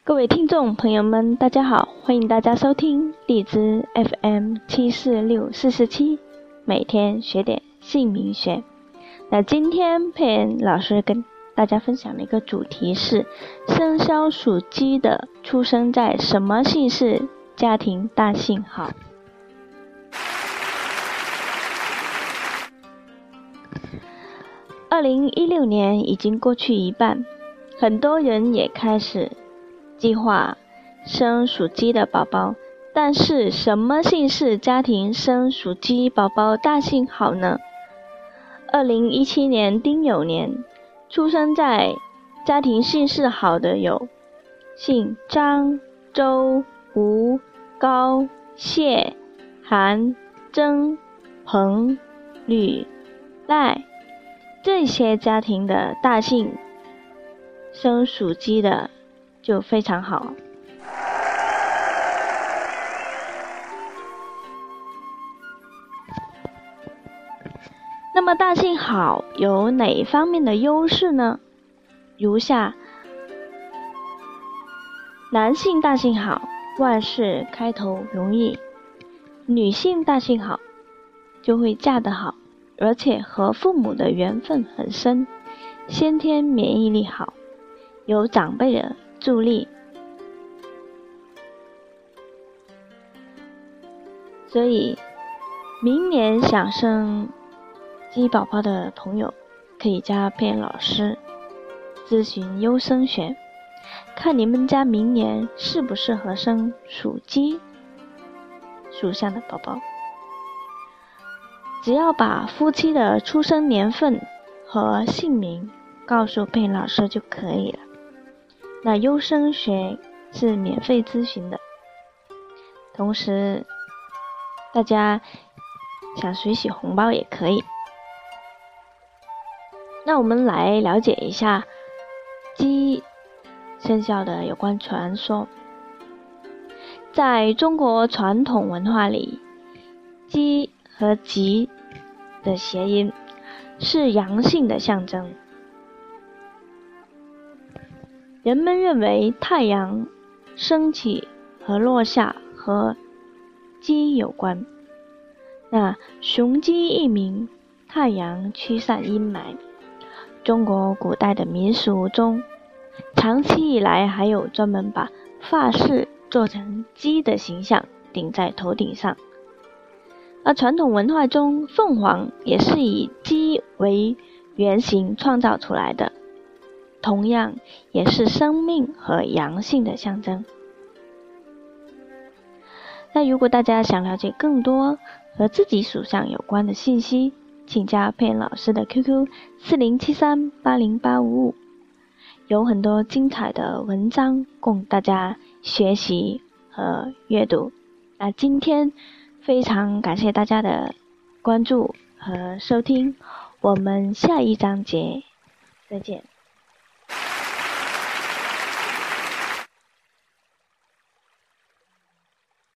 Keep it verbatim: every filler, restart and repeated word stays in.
各位听众朋友们，大家好，欢迎大家收听荔枝 F M 七四六四四七，每天学点姓名学。那今天佩恩老师跟大家分享的一个主题是生肖属鸡的出生在什么姓氏家庭大姓好。二零一六年已经过去一半，很多人也开始计划生属鸡的宝宝，但是什么姓氏家庭生属鸡宝宝大姓好呢？二零一七年丁酉年出生在家庭姓氏好的有姓张、周、吴、高、谢、韩、曾、彭、吕、赖，这些家庭的大姓生属鸡的就非常好。那么大姓好有哪方面的优势呢？如下：男性大姓好，万事开头容易；女性大姓好，就会嫁得好，而且和父母的缘分很深，先天免疫力好，有长辈的助力。所以明年想生鸡宝宝的朋友可以加佩恩老师咨询优生学，看你们家明年适不适合生属鸡属相的宝宝。只要把夫妻的出生年份和姓名告诉佩恩老师就可以了。那优生学是免费咨询的，同时大家想随喜红包也可以。那我们来了解一下鸡生肖的有关传说。在中国传统文化里，鸡和吉的谐音，是阳性的象征。人们认为太阳升起和落下和鸡有关。那雄鸡一鸣，太阳驱散阴霾。中国古代的民俗中，长期以来还有专门把发饰做成鸡的形象顶在头顶上。而传统文化中，凤凰也是以鸡为原型创造出来的，同样也是生命和阳性的象征。那如果大家想了解更多和自己属相有关的信息，请加佩恩老师的 Q Q 四零七三八零八五五，有很多精彩的文章供大家学习和阅读。那今天非常感谢大家的关注和收听，我们下一章节再见。